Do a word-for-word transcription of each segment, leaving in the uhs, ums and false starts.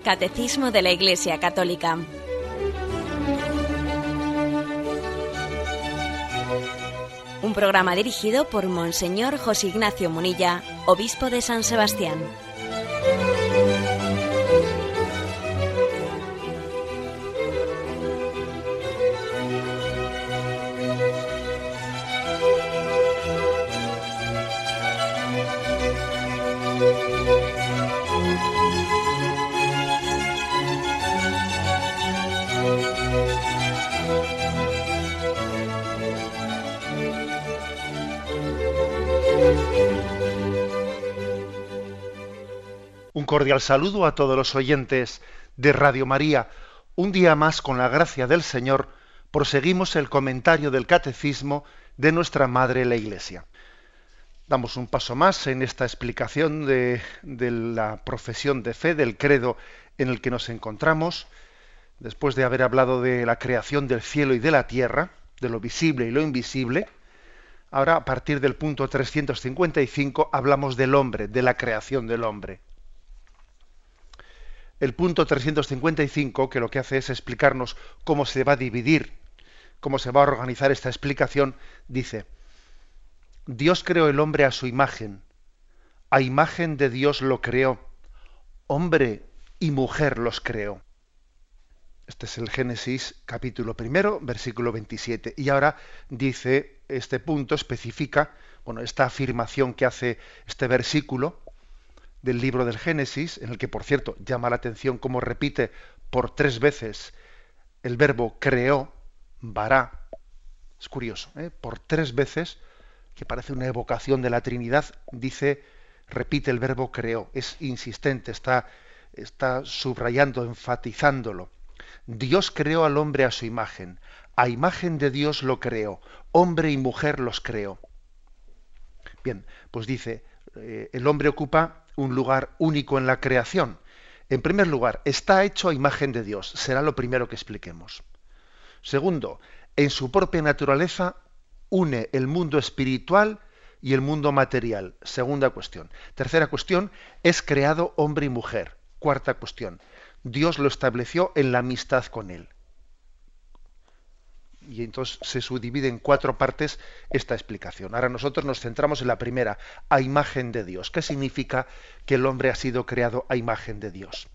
Catecismo de la Iglesia Católica. Un programa dirigido por Monseñor José Ignacio Munilla, obispo de San Sebastián. Un cordial saludo a todos los oyentes de Radio María. Un día más, con la gracia del Señor, proseguimos el comentario del Catecismo de nuestra Madre la Iglesia. Damos un paso más en esta explicación de, de la profesión de fe, del credo en el que nos encontramos, después de haber hablado de la creación del cielo y de la tierra, de lo visible y lo invisible. Ahora, a partir del punto trescientos cincuenta y cinco, hablamos del hombre, de la creación del hombre. El punto trescientos cincuenta y cinco, que lo que hace es explicarnos cómo se va a dividir, cómo se va a organizar esta explicación, dice: Dios creó el hombre a su imagen, a imagen de Dios lo creó, hombre y mujer los creó. Este es el Génesis capítulo primero, versículo veintisiete. Y ahora dice, este punto especifica, bueno, esta afirmación que hace este versículo del libro del Génesis, en el que, por cierto, llama la atención cómo repite por tres veces el verbo creó, bará. Es curioso, ¿eh? Por tres veces, que parece una evocación de la Trinidad, dice, repite el verbo creó. Es insistente, está, está subrayando, enfatizándolo. Dios creó al hombre a su imagen. A imagen de Dios lo creó. Hombre y mujer los creó. Bien, pues dice, eh, el hombre ocupa un lugar único en la creación. En primer lugar, está hecho a imagen de Dios. Será lo primero que expliquemos. Segundo, en su propia naturaleza une el mundo espiritual y el mundo material. Segunda cuestión. Tercera cuestión, es creado hombre y mujer. Cuarta cuestión, Dios lo estableció en la amistad con él. Y entonces se subdivide en cuatro partes esta explicación. Ahora nosotros nos centramos en la primera, a imagen de Dios. ¿Qué significa que el hombre ha sido creado a imagen de Dios?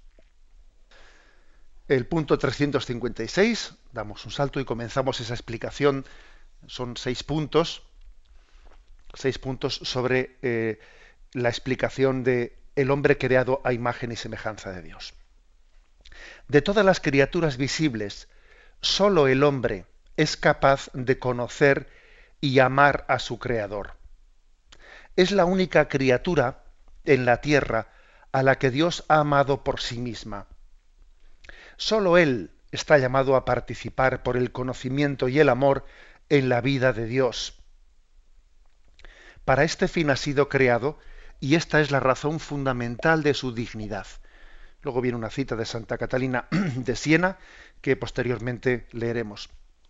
El punto trescientos cincuenta y seis, damos un salto y comenzamos esa explicación. Son seis puntos, seis puntos sobre eh, la explicación de el hombre creado a imagen y semejanza de Dios. De todas las criaturas visibles, sólo el hombre es capaz de conocer y amar a su Creador. Es la única criatura en la tierra a la que Dios ha amado por sí misma. Sólo Él está llamado a participar por el conocimiento y el amor en la vida de Dios. Para este fin ha sido creado, y esta es la razón fundamental de su dignidad. Luego viene una cita de Santa Catalina de Siena, que posteriormente leeremos.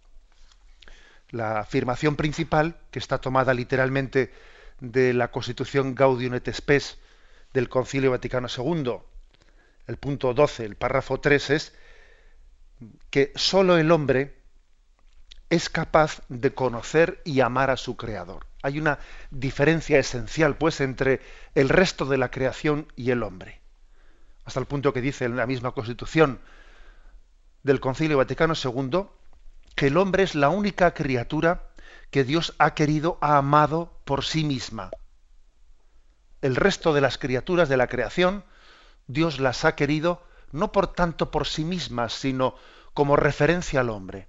La afirmación principal, que está tomada literalmente de la Constitución Gaudium et Spes del Concilio Vaticano segundo, el punto doce, el párrafo tres, es que sólo el hombre es capaz de conocer y amar a su Creador. Hay una diferencia esencial, pues, entre el resto de la creación y el hombre. Hasta el punto que dice en la misma Constitución del Concilio Vaticano segundo, que el hombre es la única criatura que Dios ha querido, ha amado por sí misma. El resto de las criaturas de la creación, Dios las ha querido no por tanto por sí mismas, sino como referencia al hombre.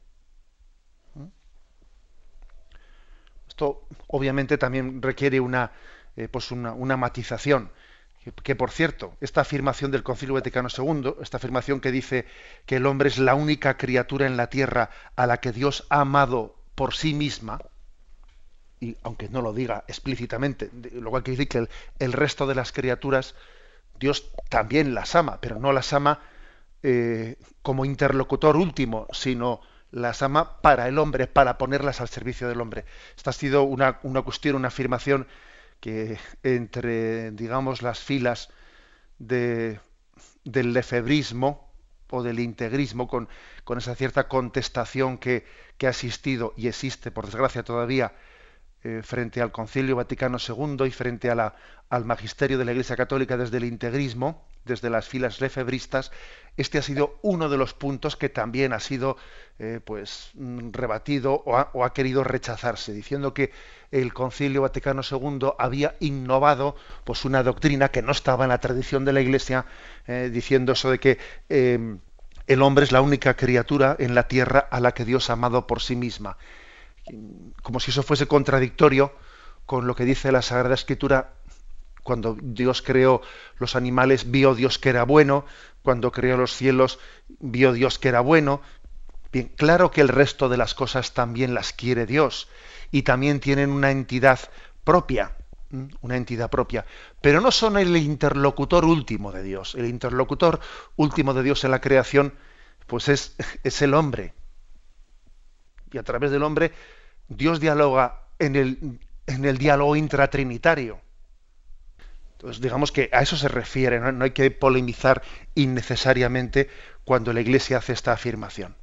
Esto obviamente también requiere una, eh, pues una, una matización. Que, que por cierto, esta afirmación del Concilio Vaticano segundo, esta afirmación que dice que el hombre es la única criatura en la tierra a la que Dios ha amado por sí misma, y aunque no lo diga explícitamente, lo cual quiere decir que el, el resto de las criaturas Dios también las ama, pero no las ama eh, como interlocutor último, sino las ama para el hombre, para ponerlas al servicio del hombre. Esta ha sido una, una cuestión, una afirmación que entre, digamos, las filas de, del lefebrismo o del integrismo, con, con esa cierta contestación que, que ha existido y existe, por desgracia todavía, eh, frente al Concilio Vaticano segundo y frente a la, al magisterio de la Iglesia Católica desde el integrismo, desde las filas lefebristas. Este ha sido uno de los puntos que también ha sido eh, pues mm, rebatido o ha, o ha querido rechazarse, diciendo que el Concilio Vaticano segundo había innovado pues una doctrina que no estaba en la tradición de la Iglesia, eh, diciendo eso de que eh, el hombre es la única criatura en la tierra a la que Dios ha amado por sí misma, como si eso fuese contradictorio con lo que dice la Sagrada Escritura. Cuando Dios creó los animales, vio Dios que era bueno. Cuando creó los cielos, vio Dios que era bueno. Bien, claro que el resto de las cosas también las quiere Dios y también tienen una entidad propia, una entidad propia, pero no son el interlocutor último de Dios. El interlocutor último de Dios en la creación, pues es, es el hombre. Y a través del hombre, Dios dialoga en el, en el diálogo intratrinitario. Entonces, digamos que a eso se refiere, ¿no? No hay que polemizar innecesariamente cuando la Iglesia hace esta afirmación.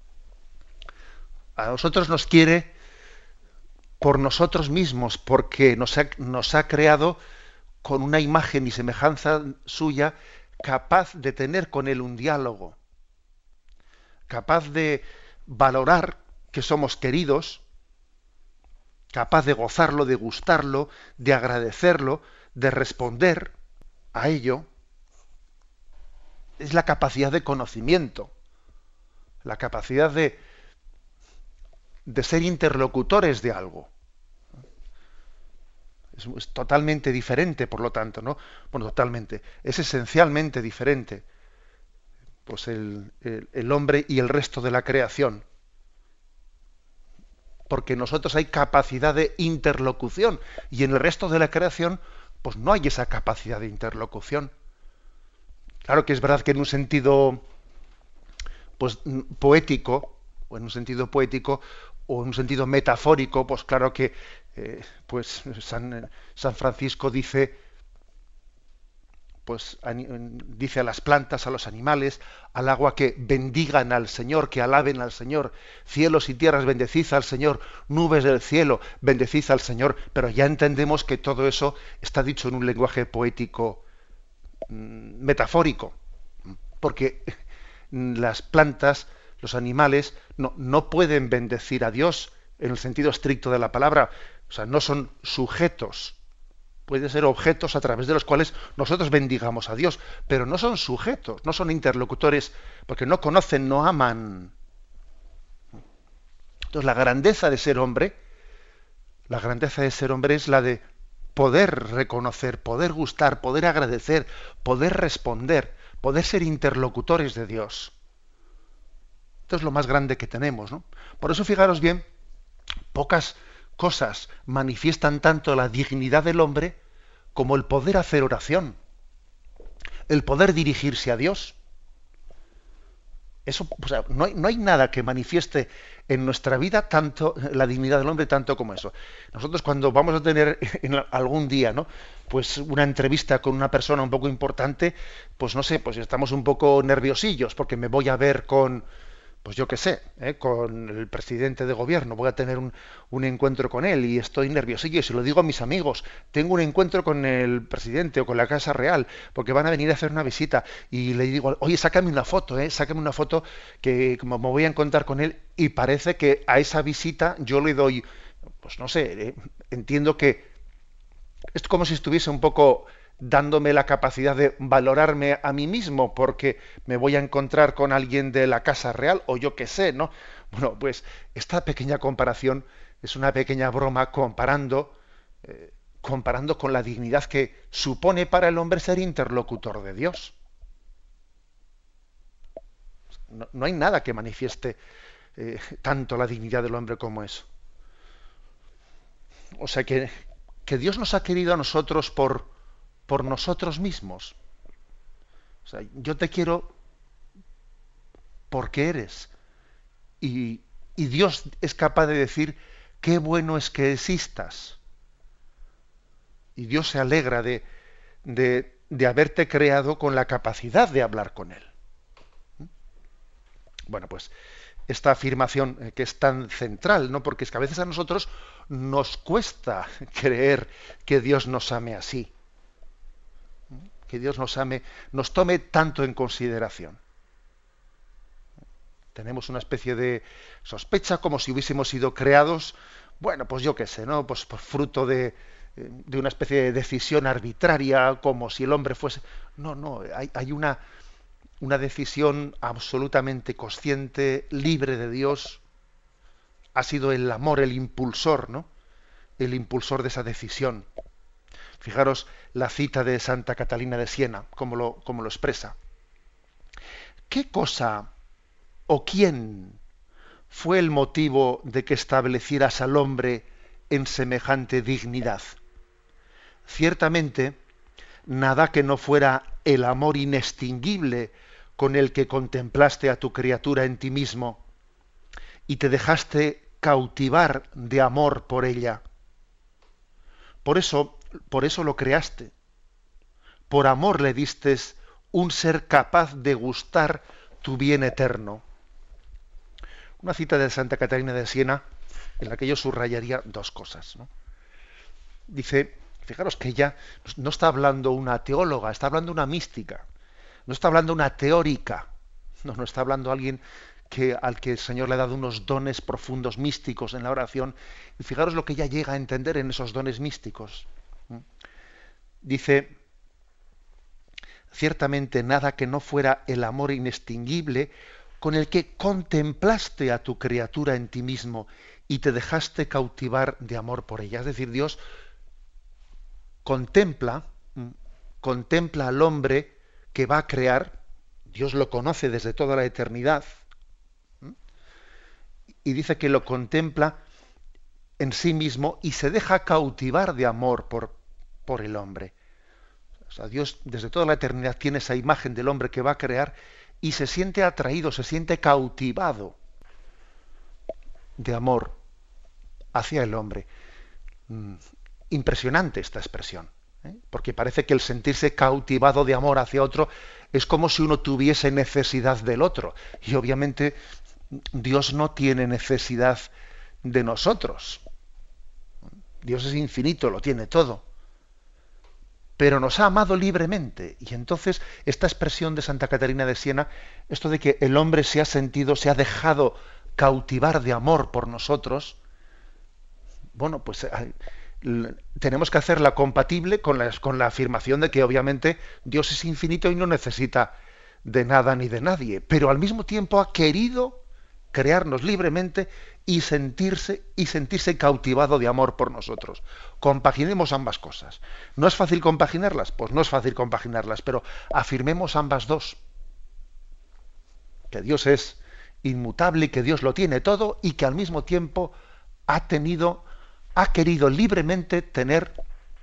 A nosotros nos quiere por nosotros mismos, porque nos ha, nos ha creado con una imagen y semejanza suya, capaz de tener con Él un diálogo, capaz de valorar que somos queridos, capaz de gozarlo, de gustarlo, de agradecerlo, de responder a ello. Es la capacidad de conocimiento, la capacidad de, de ser interlocutores de algo. Es, es totalmente diferente, por lo tanto, ¿no? Bueno, totalmente, es esencialmente diferente, pues el, el, el hombre y el resto de la creación. Porque en nosotros hay capacidad de interlocución y en el resto de la creación pues no hay esa capacidad de interlocución. Claro que es verdad que en un sentido pues poético, o en un sentido poético, o en un sentido metafórico, pues claro que eh, pues San, San Francisco dice, pues dice a las plantas, a los animales, al agua, que bendigan al Señor, que alaben al Señor. Cielos y tierras, bendecid al Señor. Nubes del cielo, bendecid al Señor. Pero ya entendemos que todo eso está dicho en un lenguaje poético mmm, metafórico, porque las plantas, los animales, no, no pueden bendecir a Dios en el sentido estricto de la palabra. O sea, no son sujetos. Pueden ser objetos a través de los cuales nosotros bendigamos a Dios, pero no son sujetos, no son interlocutores, porque no conocen, no aman. Entonces la grandeza de ser hombre, la grandeza de ser hombre es la de poder reconocer, poder gustar, poder agradecer, poder responder, poder ser interlocutores de Dios. Esto es lo más grande que tenemos, ¿no? Por eso, fijaros bien, pocas cosas manifiestan tanto la dignidad del hombre como el poder hacer oración, el poder dirigirse a Dios. Eso, o sea, no hay, no hay nada que manifieste en nuestra vida tanto la dignidad del hombre tanto como eso. Nosotros, cuando vamos a tener en algún día, ¿no?, pues una entrevista con una persona un poco importante, pues no sé, pues estamos un poco nerviosillos porque me voy a ver con, pues yo qué sé, ¿eh? con el presidente de gobierno, voy a tener un, un encuentro con él y estoy nerviosillo y se lo digo a mis amigos, tengo un encuentro con el presidente o con la Casa Real porque van a venir a hacer una visita y le digo, oye, sácame una foto, ¿eh? sácame una foto que como me voy a encontrar con él, y parece que a esa visita yo le doy, pues no sé, ¿eh? entiendo que es como si estuviese un poco dándome la capacidad de valorarme a mí mismo porque me voy a encontrar con alguien de la Casa Real o yo qué sé, ¿no? Bueno, pues esta pequeña comparación es una pequeña broma comparando, eh, comparando con la dignidad que supone para el hombre ser interlocutor de Dios. No, no hay nada que manifieste eh, tanto la dignidad del hombre como eso. O sea que, que Dios nos ha querido a nosotros por por nosotros mismos. O sea, yo te quiero porque eres. Y, y Dios es capaz de decir, qué bueno es que existas. Y Dios se alegra de, de, de haberte creado con la capacidad de hablar con él. Bueno, pues esta afirmación eh, que es tan central, ¿no? Porque es que a veces a nosotros nos cuesta creer que Dios nos ame así, que Dios nos ame, nos tome tanto en consideración. Tenemos una especie de sospecha como si hubiésemos sido creados, bueno, pues yo qué sé, ¿no? Pues por fruto de, de una especie de decisión arbitraria, como si el hombre fuese. No, no, hay, hay una, una decisión absolutamente consciente, libre de Dios. Ha sido el amor el impulsor, ¿no? El impulsor de esa decisión. Fijaros la cita de Santa Catalina de Siena, como lo, como lo expresa. ¿Qué cosa o quién fue el motivo de que establecieras al hombre en semejante dignidad? Ciertamente, nada que no fuera el amor inextinguible con el que contemplaste a tu criatura en ti mismo y te dejaste cautivar de amor por ella. Por eso, por eso lo creaste. Por amor le distes un ser capaz de gustar tu bien eterno. Una cita de Santa Catalina de Siena en la que yo subrayaría dos cosas, ¿no? Dice, fijaros que ella no está hablando una teóloga, está hablando una mística, no está hablando una teórica, no, no está hablando alguien que, al que el Señor le ha dado unos dones profundos místicos en la oración. Y fijaros lo que ella llega a entender en esos dones místicos. Dice, ciertamente nada que no fuera el amor inextinguible con el que contemplaste a tu criatura en ti mismo y te dejaste cautivar de amor por ella. Es decir, Dios contempla, contempla al hombre que va a crear, Dios lo conoce desde toda la eternidad, y dice que lo contempla en sí mismo y se deja cautivar de amor por, por el hombre. O sea, Dios desde toda la eternidad tiene esa imagen del hombre que va a crear y se siente atraído, se siente cautivado de amor hacia el hombre. Mm, impresionante esta expresión, ¿eh? Porque parece que el sentirse cautivado de amor hacia otro es como si uno tuviese necesidad del otro. Y obviamente Dios no tiene necesidad de nosotros. Dios es infinito, lo tiene todo. Pero nos ha amado libremente. Y entonces esta expresión de Santa Catalina de Siena, esto de que el hombre se ha sentido, se ha dejado cautivar de amor por nosotros, bueno, pues eh, tenemos que hacerla compatible con la, con la afirmación de que obviamente Dios es infinito y no necesita de nada ni de nadie, pero al mismo tiempo ha querido crearnos libremente y sentirse y sentirse cautivado de amor por nosotros. Compaginemos ambas cosas. ¿No es fácil compaginarlas? Pues no es fácil compaginarlas, pero afirmemos ambas dos. Que Dios es inmutable y que Dios lo tiene todo y que al mismo tiempo ha tenido, ha querido libremente tener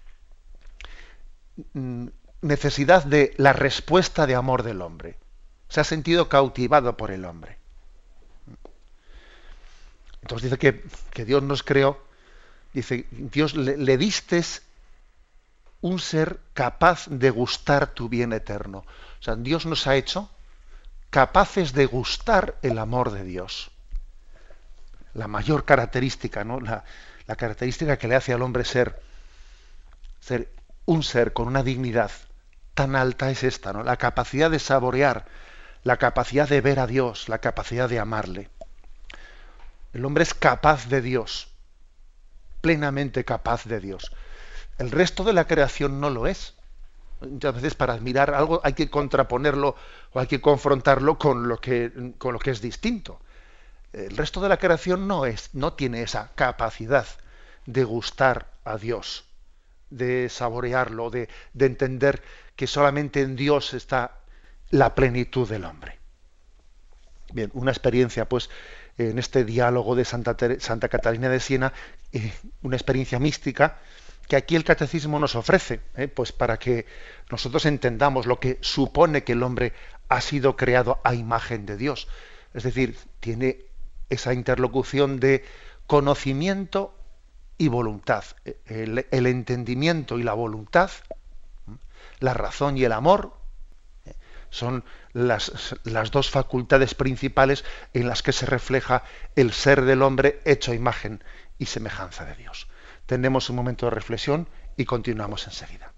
necesidad de la respuesta de amor del hombre. Se ha sentido cautivado por el hombre. Entonces dice que, que Dios nos creó, dice, Dios le, le distes un ser capaz de gustar tu bien eterno. O sea, Dios nos ha hecho capaces de gustar el amor de Dios. La mayor característica, ¿no? La, la característica que le hace al hombre ser, ser un ser con una dignidad tan alta es esta, ¿no? La capacidad de saborear, la capacidad de ver a Dios, la capacidad de amarle. El hombre es capaz de Dios, plenamente capaz de Dios. El resto de la creación no lo es. Muchas veces para admirar algo hay que contraponerlo o hay que confrontarlo con lo que, con lo que es distinto. El resto de la creación no es, no tiene esa capacidad de gustar a Dios, de saborearlo, de, de entender que solamente en Dios está la plenitud del hombre. Bien, una experiencia, pues, en este diálogo de Santa, Santa Catalina de Siena, eh, una experiencia mística que aquí el catecismo nos ofrece, eh, pues para que nosotros entendamos lo que supone que el hombre ha sido creado a imagen de Dios. Es decir, tiene esa interlocución de conocimiento y voluntad. El, el entendimiento y la voluntad La razón y el amor eh, son las, las dos facultades principales en las que se refleja el ser del hombre hecho a imagen y semejanza de Dios. Tenemos un momento de reflexión y continuamos enseguida.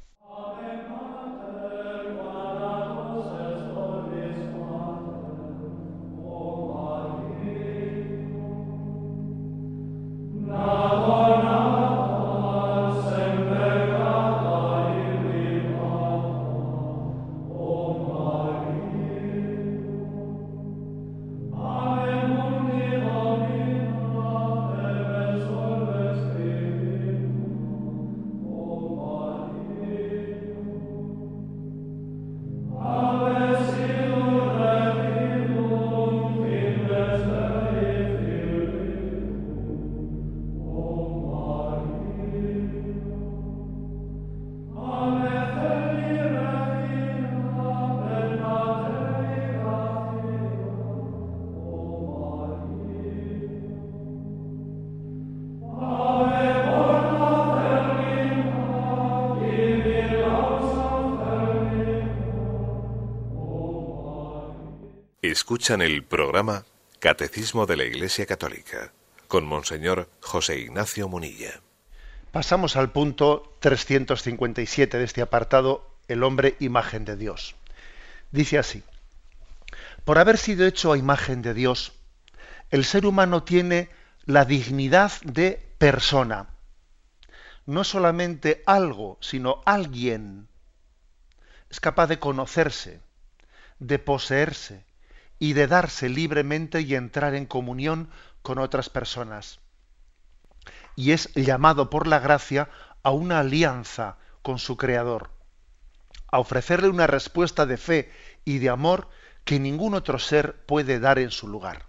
Escuchan el programa Catecismo de la Iglesia Católica con Monseñor José Ignacio Munilla. Pasamos al punto trescientos cincuenta y siete de este apartado, el hombre imagen de Dios. Dice así: por haber sido hecho a imagen de Dios, el ser humano tiene la dignidad de persona. No solamente algo, sino alguien. Es capaz de conocerse, de poseerse y de darse libremente y entrar en comunión con otras personas. Y es llamado por la gracia a una alianza con su Creador, a ofrecerle una respuesta de fe y de amor que ningún otro ser puede dar en su lugar.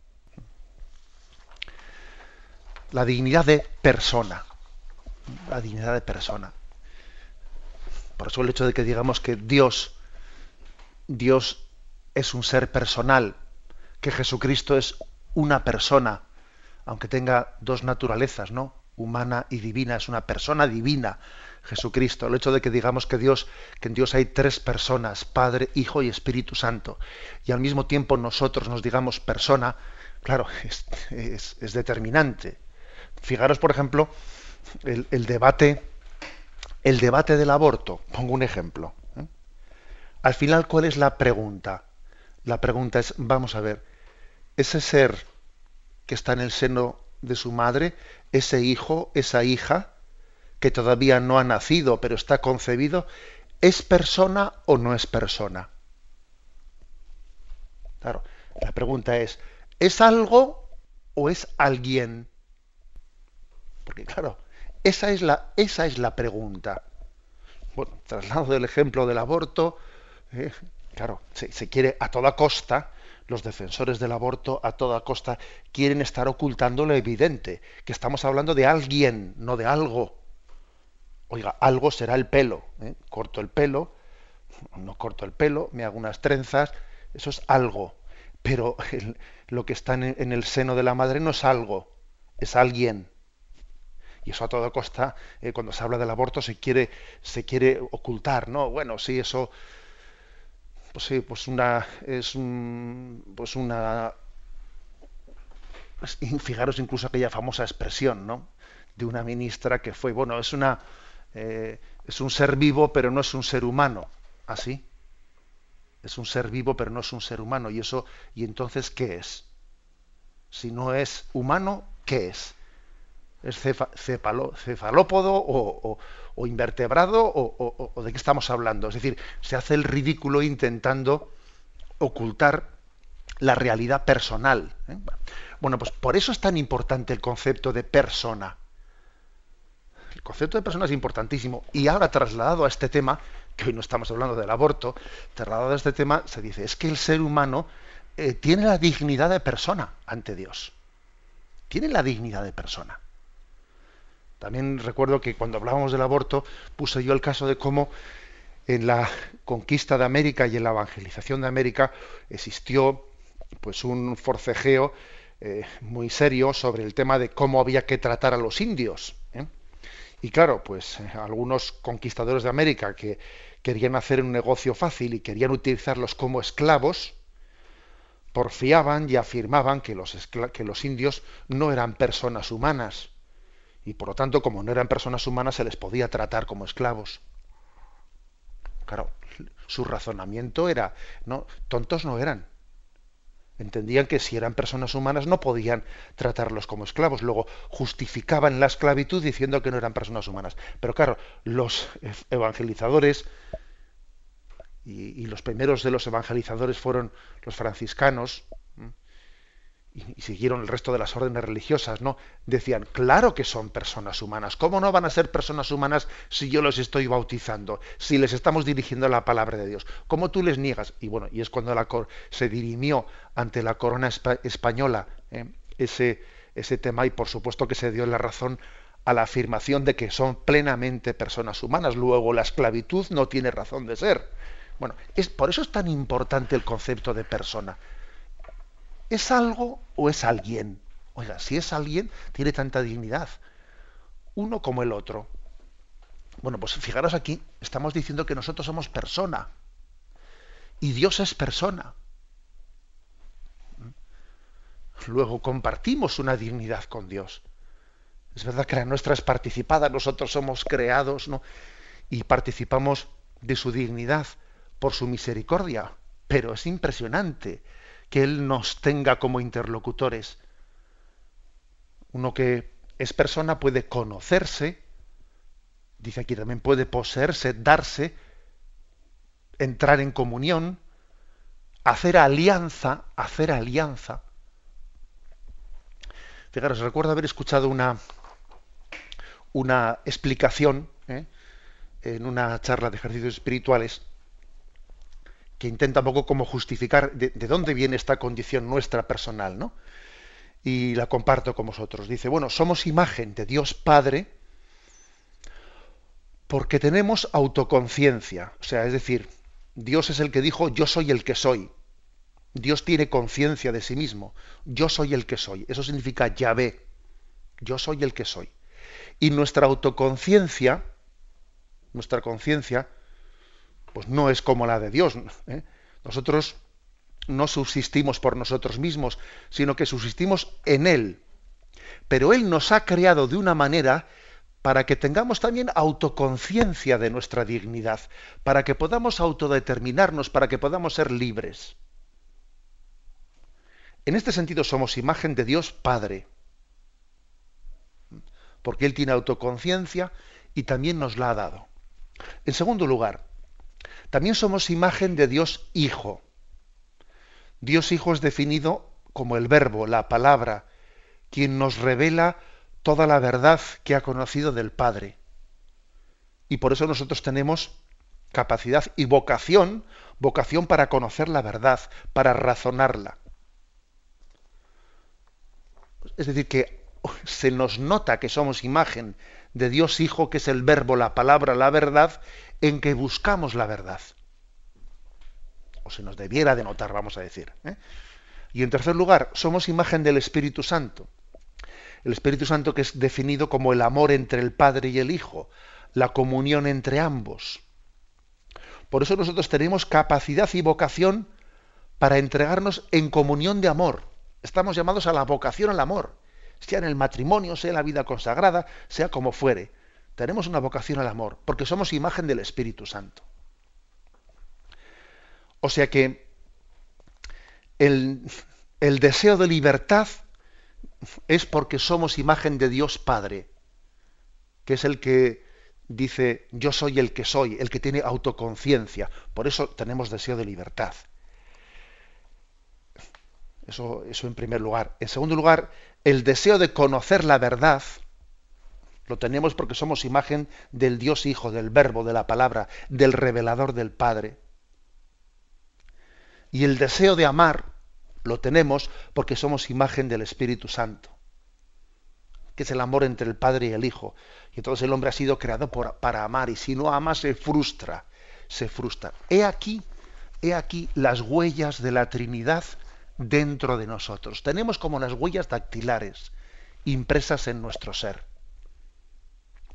La dignidad de persona. La dignidad de persona. Por eso el hecho de que digamos que Dios, Dios es un ser personal, que Jesucristo es una persona, aunque tenga dos naturalezas, ¿no? Humana y divina, es una persona divina, Jesucristo. El hecho de que digamos que Dios, que en Dios hay tres personas, Padre, Hijo y Espíritu Santo, y al mismo tiempo nosotros nos digamos persona, claro, es, es, es determinante. Fijaros, por ejemplo, el, el debate, el debate del aborto. Pongo un ejemplo. ¿eh? Al final, ¿cuál es la pregunta? La pregunta es, vamos a ver, ese ser que está en el seno de su madre, ese hijo, esa hija, que todavía no ha nacido, pero está concebido, ¿es persona o no es persona? Claro, la pregunta es, ¿es algo o es alguien? Porque claro, esa es la, esa es la pregunta. Bueno, traslado del ejemplo del aborto, eh, claro, se, se quiere a toda costa, los defensores del aborto a toda costa quieren estar ocultando lo evidente, que estamos hablando de alguien, no de algo. Oiga, algo será el pelo, ¿eh? Corto el pelo, no corto el pelo, me hago unas trenzas, eso es algo. Pero el, lo que está en, en el seno de la madre no es algo, es alguien. Y eso a toda costa, eh, cuando se habla del aborto, se quiere, se quiere ocultar, ¿no? Bueno, sí, eso... Pues sí, pues una es un, pues una fijaros incluso aquella famosa expresión, ¿no? De una ministra que fue, bueno, es una eh, es un ser vivo, pero no es un ser humano, así. Es un ser vivo, pero no es un ser humano. Y eso, y entonces, ¿qué es? Si no es humano, ¿qué es? ¿Es cefa, cefalo, cefalópodo o, o, o invertebrado o, o, o de qué estamos hablando? Es decir, se hace el ridículo intentando ocultar la realidad personal. ¿eh? Bueno, pues por eso es tan importante el concepto de persona. El concepto de persona es importantísimo. Y ahora trasladado a este tema, que hoy no estamos hablando del aborto, trasladado a este tema se dice, es que el ser humano eh, tiene la dignidad de persona ante Dios. Tiene la dignidad de persona. También recuerdo que cuando hablábamos del aborto puse yo el caso de cómo en la conquista de América y en la evangelización de América existió pues un forcejeo eh, muy serio sobre el tema de cómo había que tratar a los indios. ¿eh? Y claro, pues eh, algunos conquistadores de América que querían hacer un negocio fácil y querían utilizarlos como esclavos, porfiaban y afirmaban que los, escla- que los indios no eran personas humanas. Y por lo tanto, como no eran personas humanas, se les podía tratar como esclavos. Claro, su razonamiento era, no, tontos no eran. Entendían que si eran personas humanas no podían tratarlos como esclavos. Luego justificaban la esclavitud diciendo que no eran personas humanas. Pero claro, los evangelizadores, y, y los primeros de los evangelizadores fueron los franciscanos, ¿m? y, y siguieron el resto de las órdenes religiosas, ¿no? Decían, claro que son personas humanas. ¿Cómo no van a ser personas humanas si yo los estoy bautizando? Si les estamos dirigiendo la palabra de Dios. ¿Cómo tú les niegas? Y bueno, y es cuando la cor se dirimió ante la corona espa española ¿eh? ese, ese tema, y por supuesto que se dio la razón a la afirmación de que son plenamente personas humanas. Luego, la esclavitud no tiene razón de ser. Bueno, es, por eso es tan importante el concepto de persona. ¿Es algo o es alguien? Oiga, si es alguien, tiene tanta dignidad. Uno como el otro. Bueno, pues fijaros aquí, estamos diciendo que nosotros somos persona. Y Dios es persona. Luego compartimos una dignidad con Dios. Es verdad que la nuestra es participada, nosotros somos creados, ¿no? Y participamos de su dignidad por su misericordia. Pero es impresionante que Él nos tenga como interlocutores. Uno que es persona puede conocerse, dice aquí también puede poseerse, darse, entrar en comunión, hacer alianza, hacer alianza. Fijaros, recuerdo haber escuchado una, una explicación ¿eh? en una charla de ejercicios espirituales que intenta un poco como justificar de, de dónde viene esta condición nuestra personal, ¿no? Y la comparto con vosotros. Dice, bueno, somos imagen de Dios Padre porque tenemos autoconciencia. O sea, es decir, Dios es el que dijo, yo soy el que soy. Dios tiene conciencia de sí mismo. Yo soy el que soy. Eso significa Yahvé. Yo soy el que soy. Y nuestra autoconciencia, nuestra conciencia, pues no es como la de Dios. ¿eh? Nosotros no subsistimos por nosotros mismos, sino que subsistimos en Él. Pero Él nos ha creado de una manera para que tengamos también autoconciencia de nuestra dignidad, para que podamos autodeterminarnos, para que podamos ser libres. En este sentido somos imagen de Dios Padre, porque Él tiene autoconciencia y también nos la ha dado. En segundo lugar, también somos imagen de Dios Hijo. Dios Hijo es definido como el Verbo, la palabra, quien nos revela toda la verdad que ha conocido del Padre. Y por eso nosotros tenemos capacidad y vocación, vocación para conocer la verdad, para razonarla. Es decir, que se nos nota que somos imagen de Dios Hijo, que es el Verbo, la palabra, la verdad, en que buscamos la verdad. O se nos debiera de notar, vamos a decir. ¿eh? Y en tercer lugar, somos imagen del Espíritu Santo. El Espíritu Santo que es definido como el amor entre el Padre y el Hijo, la comunión entre ambos. Por eso nosotros tenemos capacidad y vocación para entregarnos en comunión de amor. Estamos llamados a la vocación al amor, sea en el matrimonio, sea en la vida consagrada, sea como fuere. Tenemos una vocación al amor, porque somos imagen del Espíritu Santo. O sea que el, el deseo de libertad es porque somos imagen de Dios Padre, que es el que dice, yo soy el que soy, el que tiene autoconciencia. Por eso tenemos deseo de libertad. Eso, eso en primer lugar. En segundo lugar, el deseo de conocer la verdad lo tenemos porque somos imagen del Dios Hijo, del Verbo, de la palabra, del revelador del Padre. Y el deseo de amar lo tenemos porque somos imagen del Espíritu Santo, que es el amor entre el Padre y el Hijo. Y entonces el hombre ha sido creado por, para amar, y si no ama se frustra, se frustra. He aquí, he aquí las huellas de la Trinidad dentro de nosotros. Tenemos como las huellas dactilares impresas en nuestro ser.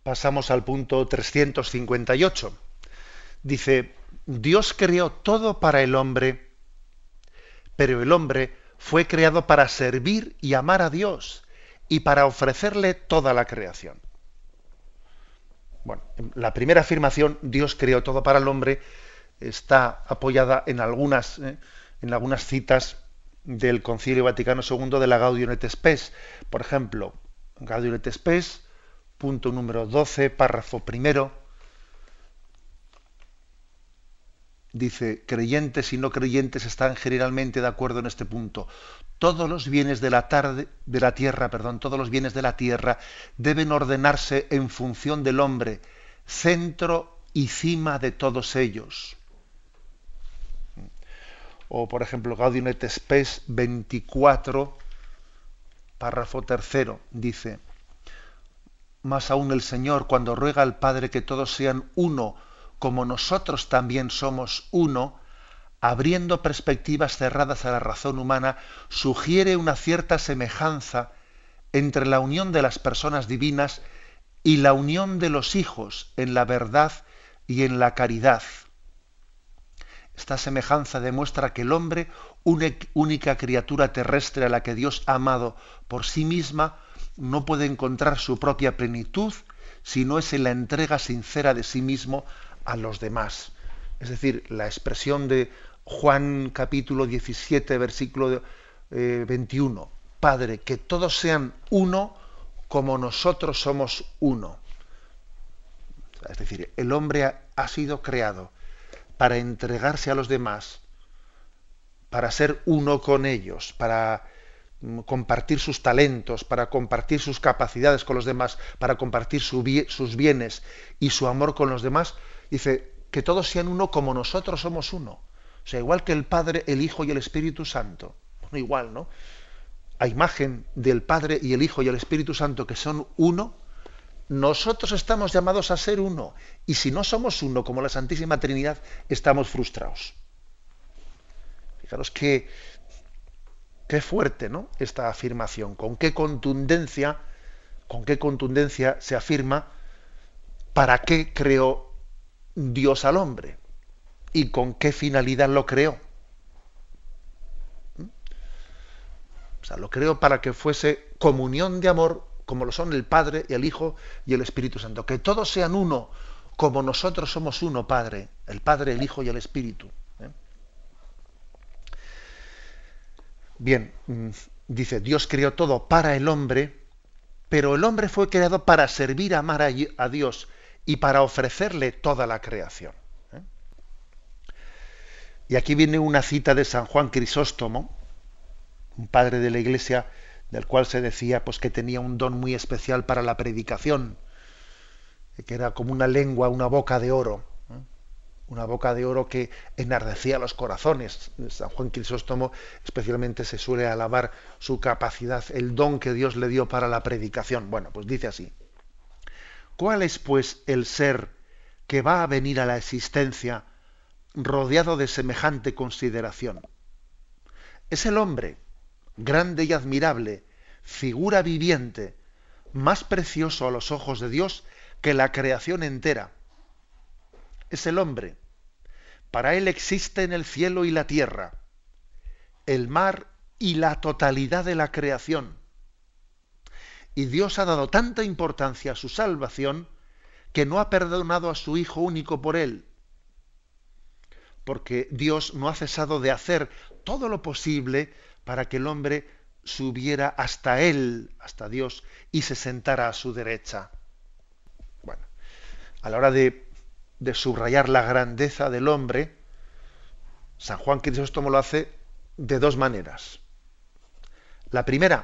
pasamos al punto trescientos cincuenta y ocho. Dice, Dios creó todo para el hombre, pero el hombre fue creado para servir y amar a Dios y para ofrecerle toda la creación. Bueno, la primera afirmación, Dios creó todo para el hombre, está apoyada en algunas, eh, en algunas citas del Concilio Vaticano segundo de la Gaudium et Spes. Por ejemplo, Gaudium et Spes, punto número doce, párrafo primero, dice, creyentes y no creyentes están generalmente de acuerdo en este punto. Todos los bienes de la, tarde, de la tierra, perdón, todos los bienes de la tierra deben ordenarse en función del hombre, centro y cima de todos ellos. O, por ejemplo, Gaudium et Spes veinticuatro, párrafo tercero, dice, más aún el Señor, cuando ruega al Padre que todos sean uno, como nosotros también somos uno, abriendo perspectivas cerradas a la razón humana, sugiere una cierta semejanza entre la unión de las personas divinas y la unión de los hijos en la verdad y en la caridad. Esta semejanza demuestra que el hombre, una única criatura terrestre a la que Dios ha amado por sí misma, no puede encontrar su propia plenitud si no es en la entrega sincera de sí mismo a los demás. Es decir, la expresión de Juan capítulo diecisiete, versículo eh, veintiuno. Padre, que todos sean uno como nosotros somos uno. Es decir, el hombre ha, ha sido creado para entregarse a los demás, para ser uno con ellos, para compartir sus talentos, para compartir sus capacidades con los demás, para compartir su bien, sus bienes y su amor con los demás. Dice, que todos sean uno como nosotros somos uno. O sea, igual que el Padre, el Hijo y el Espíritu Santo. Bueno, igual, ¿no? A imagen del Padre y el Hijo y el Espíritu Santo, que son uno, nosotros estamos llamados a ser uno. Y si no somos uno, como la Santísima Trinidad, estamos frustrados. Fijaros qué, qué fuerte, ¿no? Esta afirmación. Con qué contundencia, con qué contundencia se afirma para qué creó Dios al hombre y con qué finalidad lo creó. ¿Mm? O sea, lo creó para que fuese comunión de amor, como lo son el Padre y el Hijo y el Espíritu Santo. Que todos sean uno, como nosotros somos uno, Padre, el Padre, el Hijo y el Espíritu. ¿Eh? Bien, dice, Dios creó todo para el hombre, pero el hombre fue creado para servir, amar a Dios y para ofrecerle toda la creación. ¿Eh? Y aquí viene una cita de San Juan Crisóstomo, un padre de la Iglesia, del cual se decía pues, que tenía un don muy especial para la predicación, que era como una lengua, una boca de oro, ¿eh? Una boca de oro que enardecía los corazones. San Juan Crisóstomo especialmente se suele alabar su capacidad, el don que Dios le dio para la predicación. Bueno, pues dice así: ¿cuál es pues el ser que va a venir a la existencia rodeado de semejante consideración? Es el hombre, grande y admirable, figura viviente, más precioso a los ojos de Dios que la creación entera. Es el hombre. Para él existen el cielo y la tierra, el mar y la totalidad de la creación. Y Dios ha dado tanta importancia a su salvación que no ha perdonado a su Hijo único por él. Porque Dios no ha cesado de hacer todo lo posible para que el hombre subiera hasta él, hasta Dios, y se sentara a su derecha. Bueno, a la hora de, de subrayar la grandeza del hombre, San Juan Crisóstomo lo hace de dos maneras. La primera,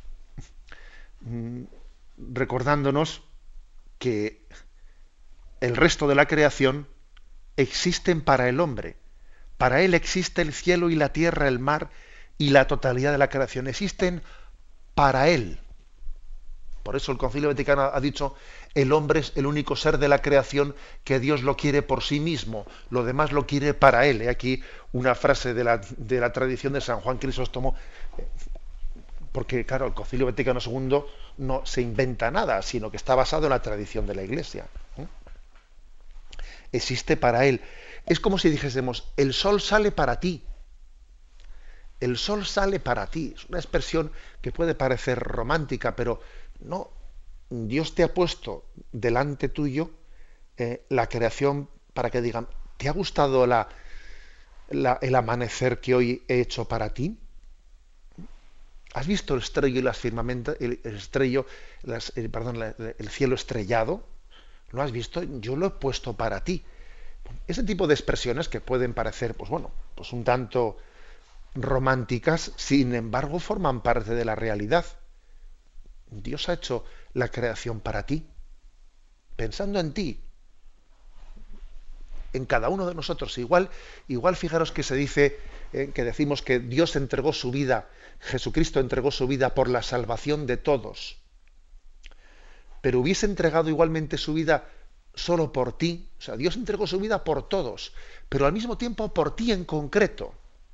recordándonos que el resto de la creación existen para el hombre. Para él existe el cielo y la tierra, el mar y la totalidad de la creación. Existen para él. Por eso el Concilio Vaticano ha dicho, el hombre es el único ser de la creación que Dios lo quiere por sí mismo, lo demás lo quiere para él. He aquí una frase de la, de la tradición de San Juan Crisóstomo porque claro, el Concilio Vaticano segundo no se inventa nada, sino que está basado en la tradición de la Iglesia. ¿eh? Existe para él. Es como si dijésemos, el sol sale para ti. El sol sale para ti. Es una expresión que puede parecer romántica, pero no. Dios te ha puesto delante tuyo eh, la creación para que digan, ¿te ha gustado la, la, el amanecer que hoy he hecho para ti? ¿Has visto el estrello y las firmamentas, el, el estrello, las, el, perdón, la, el cielo estrellado? ¿Lo has visto? Yo lo he puesto para ti. Ese tipo de expresiones que pueden parecer, pues bueno, pues un tanto románticas, sin embargo, forman parte de la realidad. Dios ha hecho la creación para ti, pensando en ti, en cada uno de nosotros. Igual, igual fijaros que se dice, eh, que decimos que Dios entregó su vida, Jesucristo entregó su vida por la salvación de todos. Pero hubiese entregado igualmente su vida solo por ti. O sea, Dios entregó su vida por todos, pero al mismo tiempo por ti en concreto.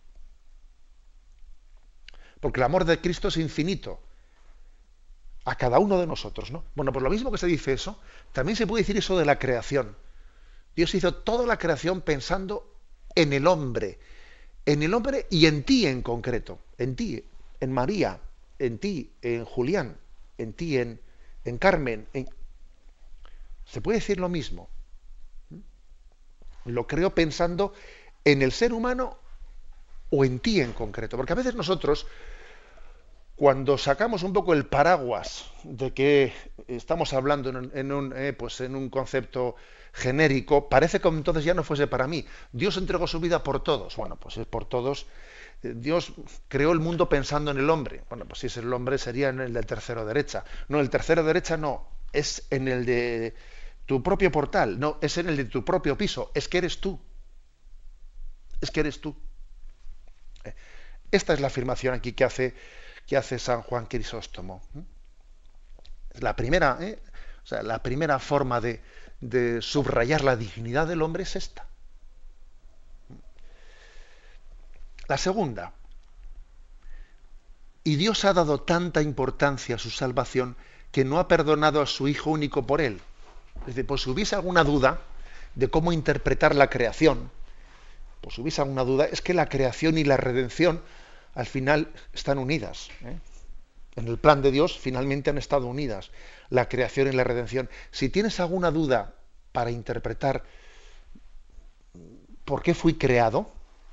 Porque el amor de Cristo es infinito a cada uno de nosotros, ¿no? Bueno, pues lo mismo que se dice eso, también se puede decir eso de la creación. Dios hizo toda la creación pensando en el hombre, en el hombre y en ti en concreto, en ti, en María, en ti, en Julián, en ti, en, en Carmen. En... Se puede decir lo mismo. Lo creo pensando en el ser humano o en ti en concreto, porque a veces nosotros, cuando sacamos un poco el paraguas de que estamos hablando en un, en un, eh, pues en un concepto genérico, parece como entonces ya no fuese para mí. Dios entregó su vida por todos. Bueno, pues es por todos. Dios creó el mundo pensando en el hombre. Bueno, pues si es el hombre sería en el del tercero derecha. No, el tercero derecha no, es en el de tu propio portal, no, es en el de tu propio piso, es que eres tú. Es que eres tú. Esta es la afirmación aquí que hace que hace San Juan Crisóstomo. La primera, ¿eh? o sea, la primera forma de, de subrayar la dignidad del hombre es esta. La segunda, y Dios ha dado tanta importancia a su salvación que no ha perdonado a su Hijo único por él. Es decir, pues si hubiese alguna duda de cómo interpretar la creación, pues si hubiese alguna duda, es que la creación y la redención al final están unidas. ¿eh? En el plan de Dios finalmente han estado unidas, la creación y la redención. Si tienes alguna duda para interpretar por qué fui creado,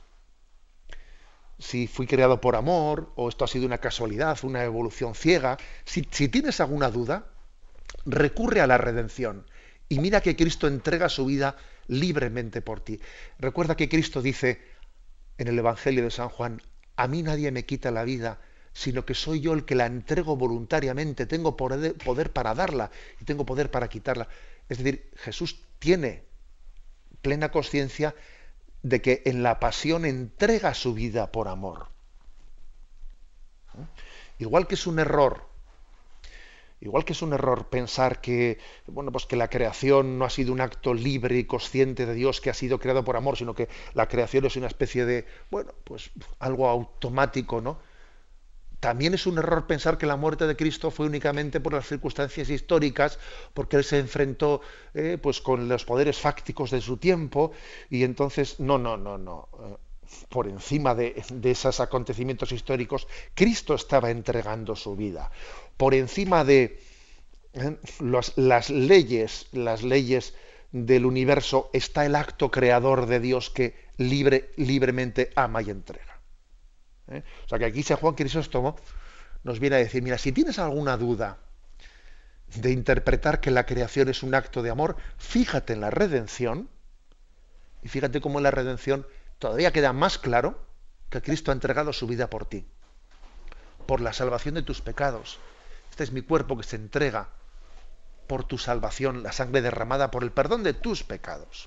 si fui creado por amor, o esto ha sido una casualidad, una evolución ciega, si, si tienes alguna duda, recurre a la redención. Y mira que Cristo entrega su vida libremente por ti. Recuerda que Cristo dice en el Evangelio de San Juan, a mí nadie me quita la vida, sino que soy yo el que la entrego voluntariamente, tengo poder, poder para darla y tengo poder para quitarla. Es decir, Jesús tiene plena conciencia de que en la pasión entrega su vida por amor. ¿Eh? Igual que es un error, igual que es un error pensar que, bueno, pues que la creación no ha sido un acto libre y consciente de Dios que ha sido creado por amor, sino que la creación es una especie de, bueno, pues algo automático, ¿no? También es un error pensar que la muerte de Cristo fue únicamente por las circunstancias históricas, porque él se enfrentó eh, pues con los poderes fácticos de su tiempo, y entonces, no, no, no, no. Eh, por encima de, de esos acontecimientos históricos, Cristo estaba entregando su vida. Por encima de eh, los, las leyes, las leyes del universo, está el acto creador de Dios que libre, libremente ama y entrega. ¿Eh? O sea que aquí San Juan Crisóstomo nos viene a decir, mira, si tienes alguna duda de interpretar que la creación es un acto de amor, fíjate en la redención, y fíjate cómo en la redención todavía queda más claro que Cristo ha entregado su vida por ti, por la salvación de tus pecados. Este es mi cuerpo que se entrega por tu salvación, la sangre derramada por el perdón de tus pecados.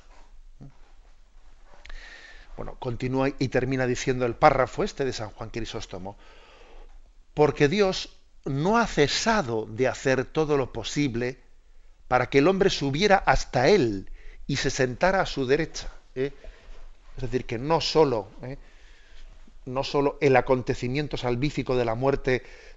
Bueno, continúa y termina diciendo el párrafo este de San Juan Crisóstomo, porque Dios no ha cesado de hacer todo lo posible para que el hombre subiera hasta él y se sentara a su derecha. ¿eh? Es decir, que no solo, ¿eh? no solo el acontecimiento salvífico de la muerte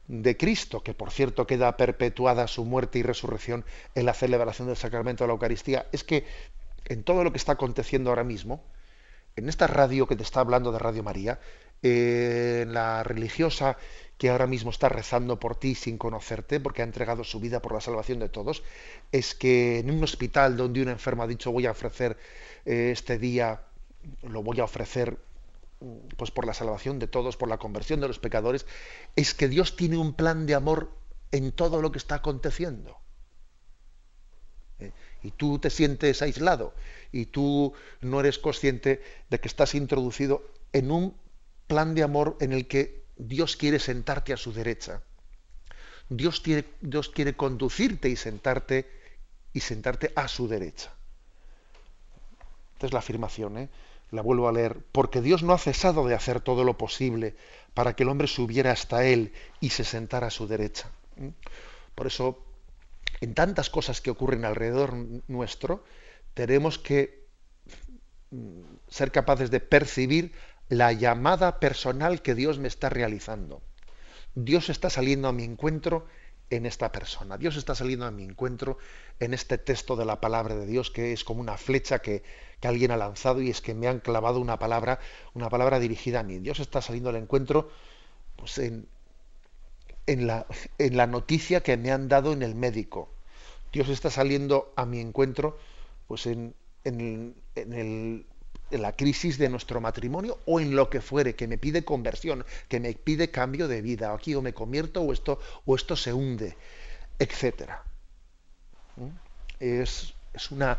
de Cristo, que por cierto queda perpetuada su muerte y resurrección en la celebración del sacramento de la Eucaristía, es que en todo lo que está aconteciendo ahora mismo, en esta radio que te está hablando de Radio María, eh, en la religiosa que ahora mismo está rezando por ti sin conocerte, porque ha entregado su vida por la salvación de todos, es que en un hospital donde un enfermo ha dicho voy a ofrecer eh, este día, lo voy a ofrecer pues por la salvación de todos, por la conversión de los pecadores, es que Dios tiene un plan de amor en todo lo que está aconteciendo. ¿Eh? Y tú te sientes aislado y tú no eres consciente de que estás introducido en un plan de amor en el que Dios quiere sentarte a su derecha. Dios quiere, Dios quiere conducirte y sentarte y sentarte a su derecha. Esta es la afirmación, ¿eh? La vuelvo a leer. Porque Dios no ha cesado de hacer todo lo posible para que el hombre subiera hasta Él y se sentara a su derecha. ¿Mm? Por eso, en tantas cosas que ocurren alrededor nuestro, tenemos que ser capaces de percibir la llamada personal que Dios me está realizando. Dios está saliendo a mi encuentro en esta persona. Dios está saliendo a mi encuentro en este texto de la palabra de Dios, que es como una flecha que, que alguien ha lanzado y es que me han clavado una palabra, una palabra dirigida a mí. Dios está saliendo al encuentro pues, en, en, la, en la noticia que me han dado en el médico. Dios está saliendo a mi encuentro pues, en, en, en el en la crisis de nuestro matrimonio o en lo que fuere, que me pide conversión, que me pide cambio de vida, aquí o me convierto o esto, o esto se hunde, etcétera. ¿Mm? Es, es una,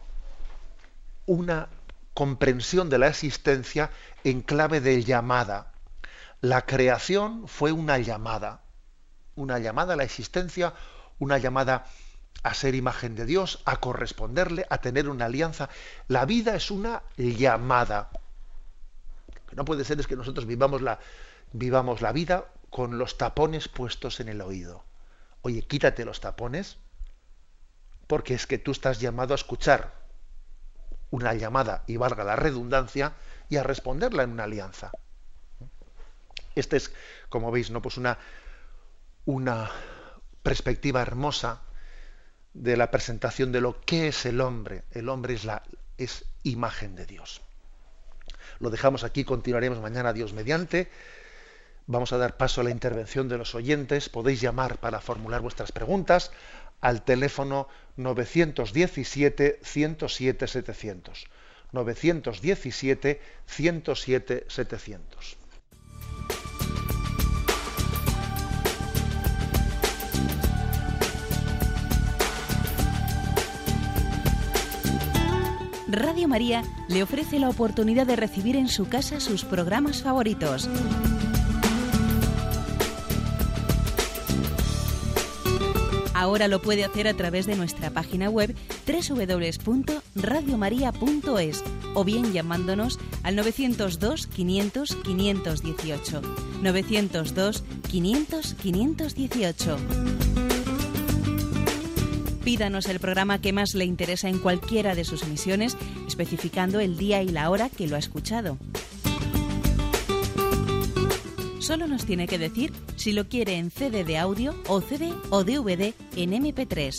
una comprensión de la existencia en clave de llamada. La creación fue una llamada, una llamada a la existencia, una llamada a ser imagen de Dios, a corresponderle, a tener una alianza. La vida es una llamada. Lo que no puede ser es que nosotros vivamos la, vivamos la vida con los tapones puestos en el oído. Oye, quítate los tapones, porque es que tú estás llamado a escuchar una llamada, y valga la redundancia, y a responderla en una alianza. Esta es, como veis, ¿no? Pues una, una perspectiva hermosa de la presentación de lo que es el hombre. El hombre es la es imagen de Dios. Lo dejamos aquí, continuaremos mañana, Dios mediante. Vamos a dar paso a la intervención de los oyentes. Podéis llamar para formular vuestras preguntas al teléfono novecientos diecisiete, ciento siete, setecientos. novecientos diecisiete, ciento siete, setecientos. Radio María le ofrece la oportunidad de recibir en su casa sus programas favoritos. Ahora lo puede hacer a través de nuestra página web doble u doble u doble u punto radio maría punto es o bien llamándonos al novecientos dos, quinientos, quinientos dieciocho. novecientos dos, quinientos, quinientos dieciocho. Pídanos el programa que más le interesa en cualquiera de sus emisiones, especificando el día y la hora que lo ha escuchado. Solo nos tiene que decir si lo quiere en C D de audio o C D o D V D en eme pe tres.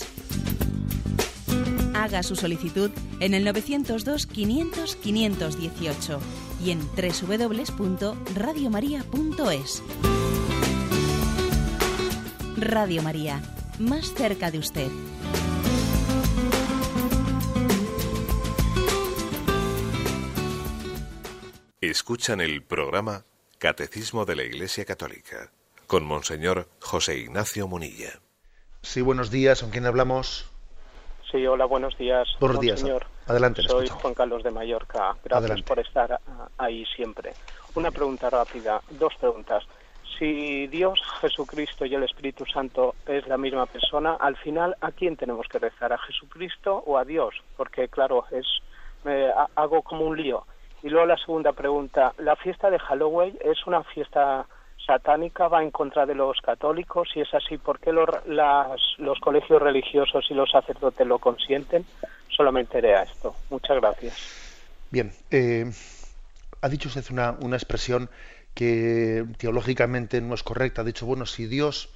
Haga su solicitud en el novecientos dos, quinientos, quinientos dieciocho y en doble u doble u doble u punto radio maría punto es. Radio María, más cerca de usted. Escuchan el programa Catecismo de la Iglesia Católica con Monseñor José Ignacio Munilla. Sí, buenos días. ¿Con quién hablamos? Sí, hola, buenos días. Buenos días. Monseñor. Adelante. Soy Juan Carlos de Mallorca. Gracias Adelante. por estar ahí siempre. Una pregunta rápida, dos preguntas. Si Dios, Jesucristo y el Espíritu Santo es la misma persona, al final, ¿a quién tenemos que rezar? ¿A Jesucristo o a Dios? Porque, claro, es me hago como un lío. Y luego la segunda pregunta, ¿la fiesta de Halloween es una fiesta satánica, va en contra de los católicos? Si es así, ¿por qué los, las, los colegios religiosos y los sacerdotes lo consienten? Solo me enteré a esto. Muchas gracias. Bien, eh, ha dicho usted una, una expresión que teológicamente no es correcta. De hecho, bueno, si Dios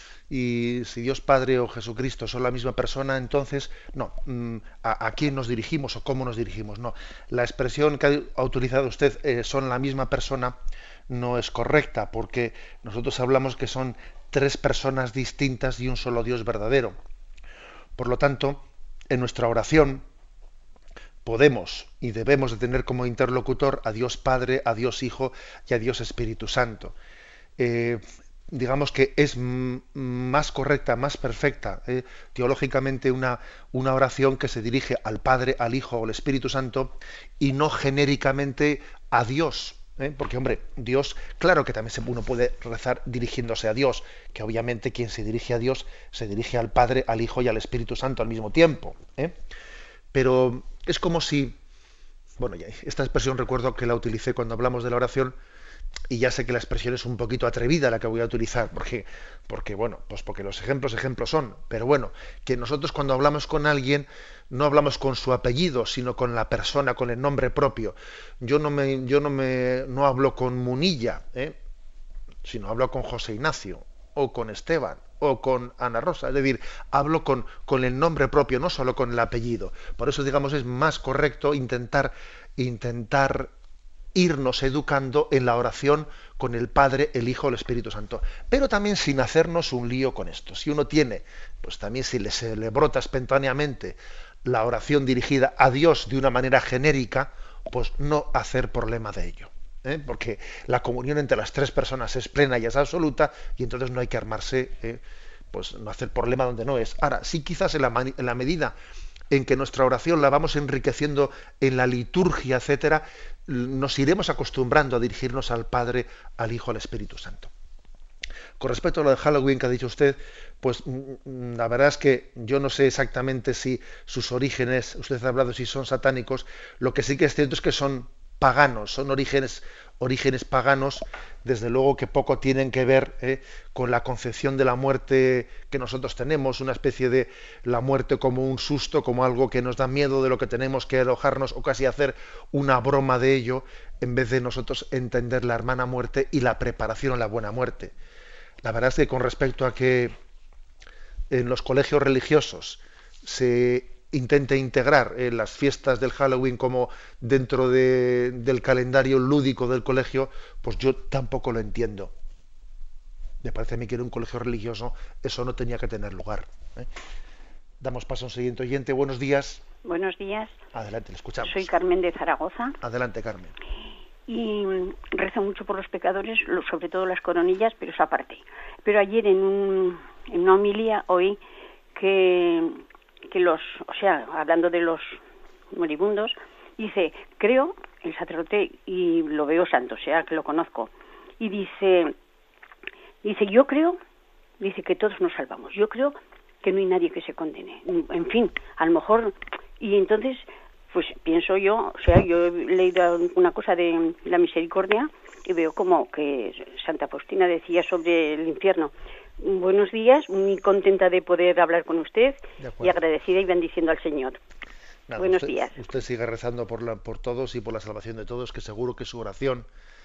y si Dios Padre o Jesucristo son la misma persona, entonces, no, ¿a, a quién nos dirigimos o cómo nos dirigimos? No, la expresión que ha utilizado usted, eh, son la misma persona, no es correcta, porque nosotros hablamos que son tres personas distintas y un solo Dios verdadero. Por lo tanto, en nuestra oración podemos y debemos de tener como interlocutor a Dios Padre, a Dios Hijo y a Dios Espíritu Santo. Eh, digamos que es m- más correcta, más perfecta, eh, teológicamente una, una oración que se dirige al Padre, al Hijo o al Espíritu Santo y no genéricamente a Dios. ¿eh? Porque, hombre, Dios, claro que también se, uno puede rezar dirigiéndose a Dios, que obviamente quien se dirige a Dios se dirige al Padre, al Hijo y al Espíritu Santo al mismo tiempo. ¿eh? Pero es como si, bueno, ya, esta expresión recuerdo que la utilicé cuando hablamos de la oración, y ya sé que la expresión es un poquito atrevida la que voy a utilizar, porque, porque bueno, pues porque los ejemplos ejemplos son, pero bueno, que nosotros cuando hablamos con alguien no hablamos con su apellido, sino con la persona, con el nombre propio. Yo no me, yo no me, no hablo con Munilla, ¿eh? sino hablo con José Ignacio, o con Esteban, o con Ana Rosa, es decir, hablo con, con el nombre propio, no solo con el apellido. Por eso, digamos, es más correcto intentar, intentar irnos educando en la oración con el Padre, el Hijo, el Espíritu Santo, pero también sin hacernos un lío con esto. Si uno tiene, pues también si le, se le brota espontáneamente la oración dirigida a Dios de una manera genérica, pues no hacer problema de ello, ¿eh? Porque la comunión entre las tres personas es plena y es absoluta, y entonces no hay que armarse, ¿eh? pues no hacer problema donde no es. Ahora, sí, quizás en la, en la medida en que nuestra oración la vamos enriqueciendo en la liturgia, etcétera, nos iremos acostumbrando a dirigirnos al Padre, al Hijo, al Espíritu Santo. Con respecto a lo de Halloween que ha dicho usted, pues la verdad es que yo no sé exactamente si sus orígenes, usted ha hablado si son satánicos, lo que sí que es cierto es que son paganos, son orígenes, orígenes paganos, desde luego que poco tienen que ver eh, con la concepción de la muerte que nosotros tenemos, una especie de la muerte como un susto, como algo que nos da miedo, de lo que tenemos que alojarnos o casi hacer una broma de ello, en vez de nosotros entender la hermana muerte y la preparación a la buena muerte. La verdad es que con respecto a que en los colegios religiosos se intente integrar eh, las fiestas del Halloween como dentro de, del calendario lúdico del colegio, pues yo tampoco lo entiendo. Me parece a mí que en un colegio religioso eso no tenía que tener lugar. ¿eh? Damos paso a un siguiente oyente. Buenos días. Buenos días. Adelante, le escuchamos. Soy Carmen de Zaragoza. Adelante, Carmen. Y rezo mucho por los pecadores, sobre todo las coronillas, pero eso aparte. Pero ayer en, un, en una homilía oí que... que los, o sea, hablando de los moribundos, dice, creo, el sacerdote, y lo veo santo, o sea, que lo conozco, y dice, dice, yo creo, dice que todos nos salvamos, yo creo que no hay nadie que se condene, en fin, a lo mejor, y entonces, pues pienso yo, o sea, yo he leído una cosa de la misericordia, y veo como que Santa Faustina decía sobre el infierno. Buenos días, muy contenta de poder hablar con usted y agradecida y bendiciendo al Señor. Nada, Buenos usted, días. Usted sigue rezando por, la, por todos y por la salvación de todos, que seguro que su oración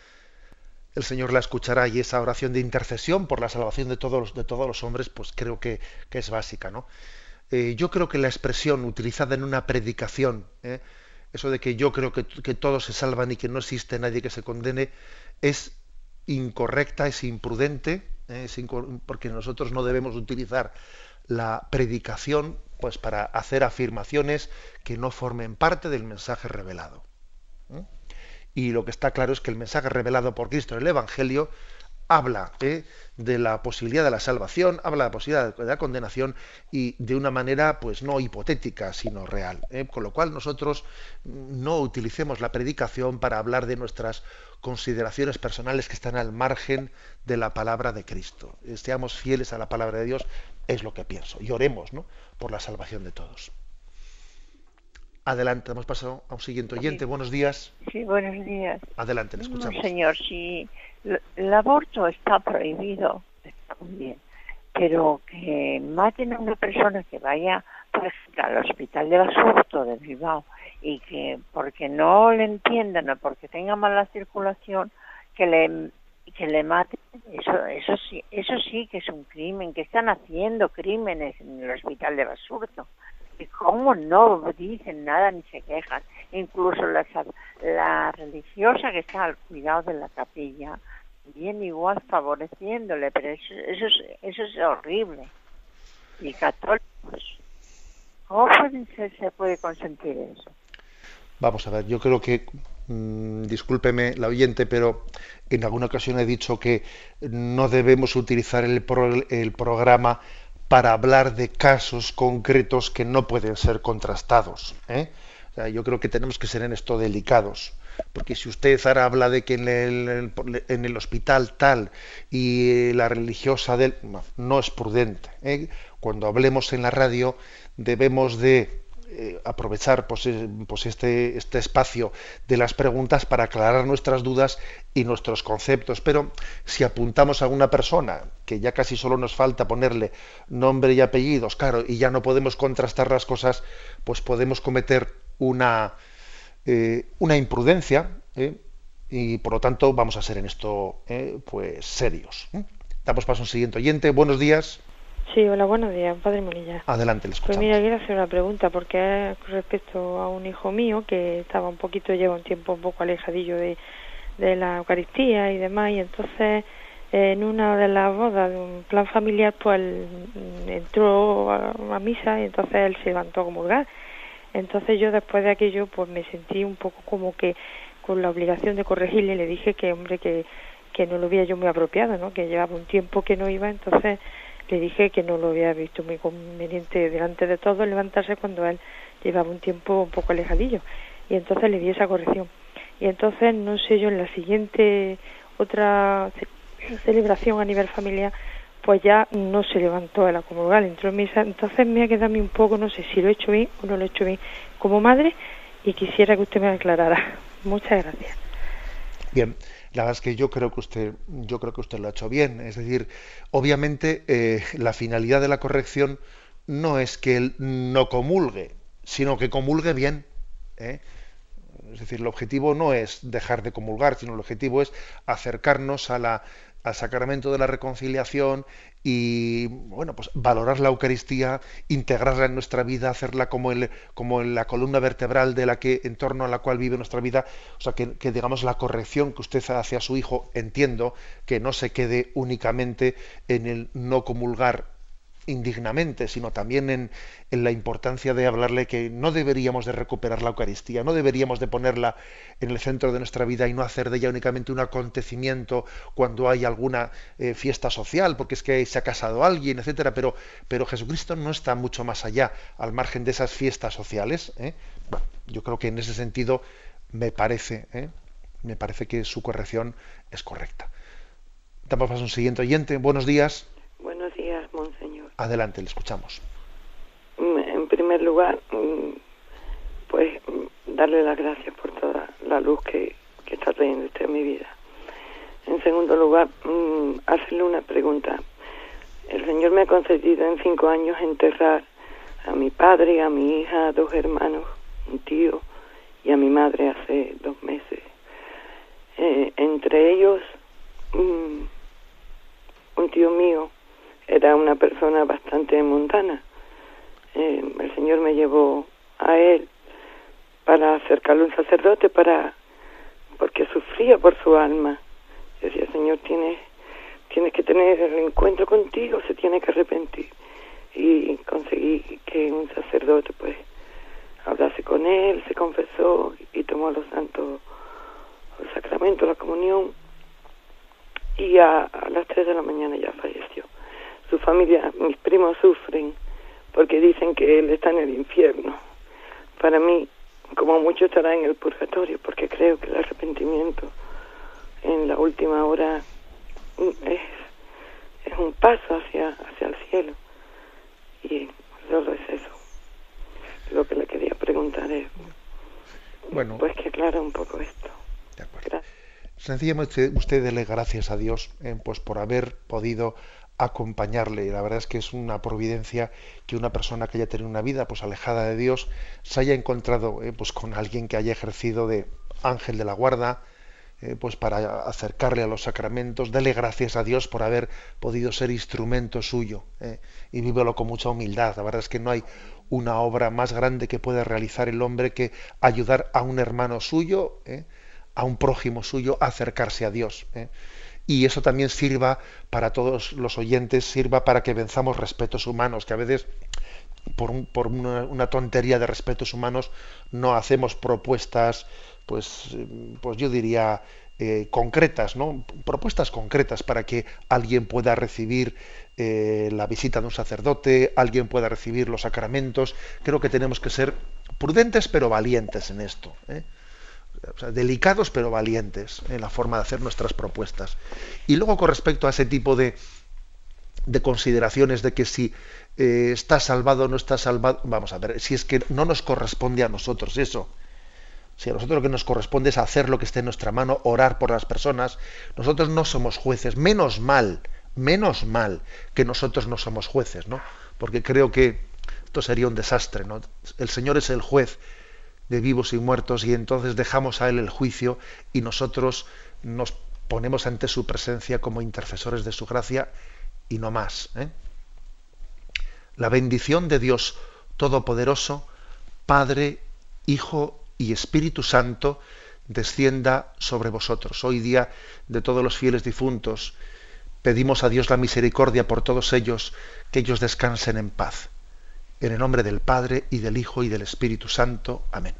el Señor la escuchará, y esa oración de intercesión por la salvación de todos, de todos los hombres, pues creo que, que es básica, ¿no? Eh, yo creo que la expresión utilizada en una predicación, ¿eh? eso de que yo creo que, que todos se salvan y que no existe nadie que se condene, es incorrecta, es imprudente, ¿eh? es incor- porque nosotros no debemos utilizar la predicación pues para hacer afirmaciones que no formen parte del mensaje revelado. ¿eh? Y lo que está claro es que el mensaje revelado por Cristo en el Evangelio habla ¿eh? de la posibilidad de la salvación, habla de la posibilidad de la condenación, y de una manera pues no hipotética, sino real. ¿eh? Con lo cual nosotros no utilicemos la predicación para hablar de nuestras consideraciones personales que están al margen de la palabra de Cristo. Eh, seamos fieles a la palabra de Dios, es lo que pienso. Y oremos, ¿no?, por la salvación de todos. Adelante, hemos pasado a un siguiente oyente. Sí. Buenos días. Sí, buenos días. Adelante, le escuchamos. No, señor, si el aborto está prohibido, está muy bien, pero que maten a una persona que vaya, por ejemplo, al hospital de Basurto de Bilbao, y que porque no le entiendan o porque tenga mala circulación, que le y que le maten, eso, eso sí, eso sí que es un crimen, que están haciendo crímenes en el hospital de Basurto. Y cómo no dicen nada ni se quejan. Incluso la, la religiosa que está al cuidado de la capilla, bien igual favoreciéndole, pero eso, eso, es, eso es horrible. Y católicos, ¿cómo pueden ser, se puede consentir eso? Vamos a ver, yo creo que, mmm, discúlpeme la oyente, pero en alguna ocasión he dicho que no debemos utilizar el, pro, el programa para hablar de casos concretos que no pueden ser contrastados, ¿eh? O sea, yo creo que tenemos que ser en esto delicados, porque si usted ahora habla de que en el, en el hospital tal y la religiosa del... no, no es prudente, ¿eh? Cuando hablemos en la radio debemos de eh, aprovechar pues, pues este, este espacio de las preguntas para aclarar nuestras dudas y nuestros conceptos, pero si apuntamos a una persona, que ya casi solo nos falta ponerle nombre y apellidos, claro, y ya no podemos contrastar las cosas, pues podemos cometer una, eh, una imprudencia, ¿eh? Y por lo tanto vamos a ser en esto eh, pues serios, ¿eh? Damos paso a un siguiente oyente. Buenos días. Sí, hola, buenos días, padre Monilla. Adelante, le escuchamos. Pues mira, quiero hacer una pregunta, porque es respecto a un hijo mío que estaba un poquito, lleva un tiempo un poco alejadillo de, de la Eucaristía y demás, y entonces eh, en una de las bodas de un plan familiar, pues él entró a, a misa y entonces él se levantó a comulgar. Entonces yo después de aquello, pues me sentí un poco como que con la obligación de corregirle, le dije que, hombre, que, que no lo veía yo muy apropiado, ¿no? Que llevaba un tiempo que no iba, entonces le dije que no lo había visto muy conveniente delante de todos levantarse cuando él llevaba un tiempo un poco alejadillo, y entonces le di esa corrección. Y entonces, no sé yo, en la siguiente otra ce- celebración a nivel familiar, pues ya no se levantó a la comulgar, entró en misa. Entonces me ha quedado a mí un poco, no sé si lo he hecho bien o no lo he hecho bien como madre, y quisiera que usted me aclarara. Muchas gracias. Bien, la verdad es que yo creo que usted, yo creo que usted lo ha hecho bien. Es decir, obviamente eh, la finalidad de la corrección no es que él no comulgue, sino que comulgue bien, ¿eh? Es decir, el objetivo no es dejar de comulgar, sino el objetivo es acercarnos a la, al sacramento de la reconciliación y, bueno, pues valorar la Eucaristía, integrarla en nuestra vida, hacerla como, el, como la columna vertebral de la que, en torno a la cual vive nuestra vida. O sea, que, que digamos la corrección que usted hace a su hijo, entiendo que no se quede únicamente en el no comulgar indignamente, sino también en, en la importancia de hablarle que no deberíamos de recuperar la Eucaristía, no deberíamos de ponerla en el centro de nuestra vida y no hacer de ella únicamente un acontecimiento cuando hay alguna eh, fiesta social, porque es que se ha casado alguien, etcétera, pero, pero Jesucristo no está mucho más allá, al margen de esas fiestas sociales, ¿eh? Bueno, yo creo que en ese sentido me parece, ¿eh? me parece que su corrección es correcta. Damos paso a un siguiente oyente. Buenos días. Buenos días, monseñor. Adelante, le escuchamos. En primer lugar, pues darle las gracias por toda la luz que, que está trayendo usted en mi vida. En segundo lugar, hacerle una pregunta. El Señor me ha concedido en cinco años enterrar a mi padre, a mi hija, a dos hermanos, un tío y a mi madre hace dos meses. Eh, entre ellos, um, un tío mío era una persona bastante mundana. Eh, el Señor me llevó a él para acercarlo a un sacerdote, para porque sufría por su alma. Decía, Señor, tienes, tienes que tener el encuentro contigo, se tiene que arrepentir. Y conseguí que un sacerdote pues hablase con él, se confesó y tomó los santos los sacramentos, la comunión, y a, a las tres de la mañana ya falleció. Su familia, mis primos sufren porque dicen que él está en el infierno. Para mí, como mucho, estará en el purgatorio, porque creo que el arrepentimiento en la última hora es, es un paso hacia, hacia el cielo. Y solo es eso. Lo que le quería preguntar es, bueno, pues que aclara un poco esto. De acuerdo. Gracias. Sencillamente usted dele gracias a Dios eh, pues por haber podido acompañarle. La verdad es que es una providencia que una persona que haya tenido una vida pues alejada de Dios se haya encontrado eh, pues con alguien que haya ejercido de ángel de la guarda, eh, pues para acercarle a los sacramentos. Dele gracias a Dios por haber podido ser instrumento suyo, eh, y vívelo con mucha humildad. La verdad es que no hay una obra más grande que pueda realizar el hombre que ayudar a un hermano suyo, eh, a un prójimo suyo, a acercarse a Dios. Eh. Y eso también sirva para todos los oyentes, sirva para que venzamos respetos humanos, que a veces por, un, por una, una tontería de respetos humanos no hacemos propuestas, pues, pues yo diría eh, concretas, ¿no? Propuestas concretas para que alguien pueda recibir eh, la visita de un sacerdote, alguien pueda recibir los sacramentos. Creo que tenemos que ser prudentes pero valientes en esto, ¿eh? O sea, delicados pero valientes en la forma de hacer nuestras propuestas. Y luego, con respecto a ese tipo de, de consideraciones de que si eh, está salvado o no está salvado, vamos a ver, si es que no nos corresponde a nosotros eso. Si a nosotros lo que nos corresponde es hacer lo que esté en nuestra mano, orar por las personas. Nosotros no somos jueces, menos mal, menos mal que nosotros no somos jueces, ¿no? Porque creo que esto sería un desastre, ¿no? El Señor es el juez de vivos y muertos, y entonces dejamos a Él el juicio y nosotros nos ponemos ante su presencia como intercesores de su gracia y no más, ¿eh? La bendición de Dios Todopoderoso, Padre, Hijo y Espíritu Santo, descienda sobre vosotros. Hoy día de todos los fieles difuntos, pedimos a Dios la misericordia por todos ellos, que ellos descansen en paz. En el nombre del Padre, y del Hijo, y del Espíritu Santo. Amén.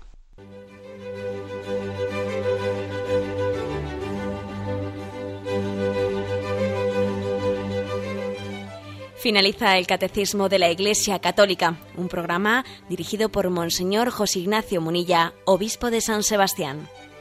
Finaliza el Catecismo de la Iglesia Católica, un programa dirigido por Monseñor José Ignacio Munilla, obispo de San Sebastián.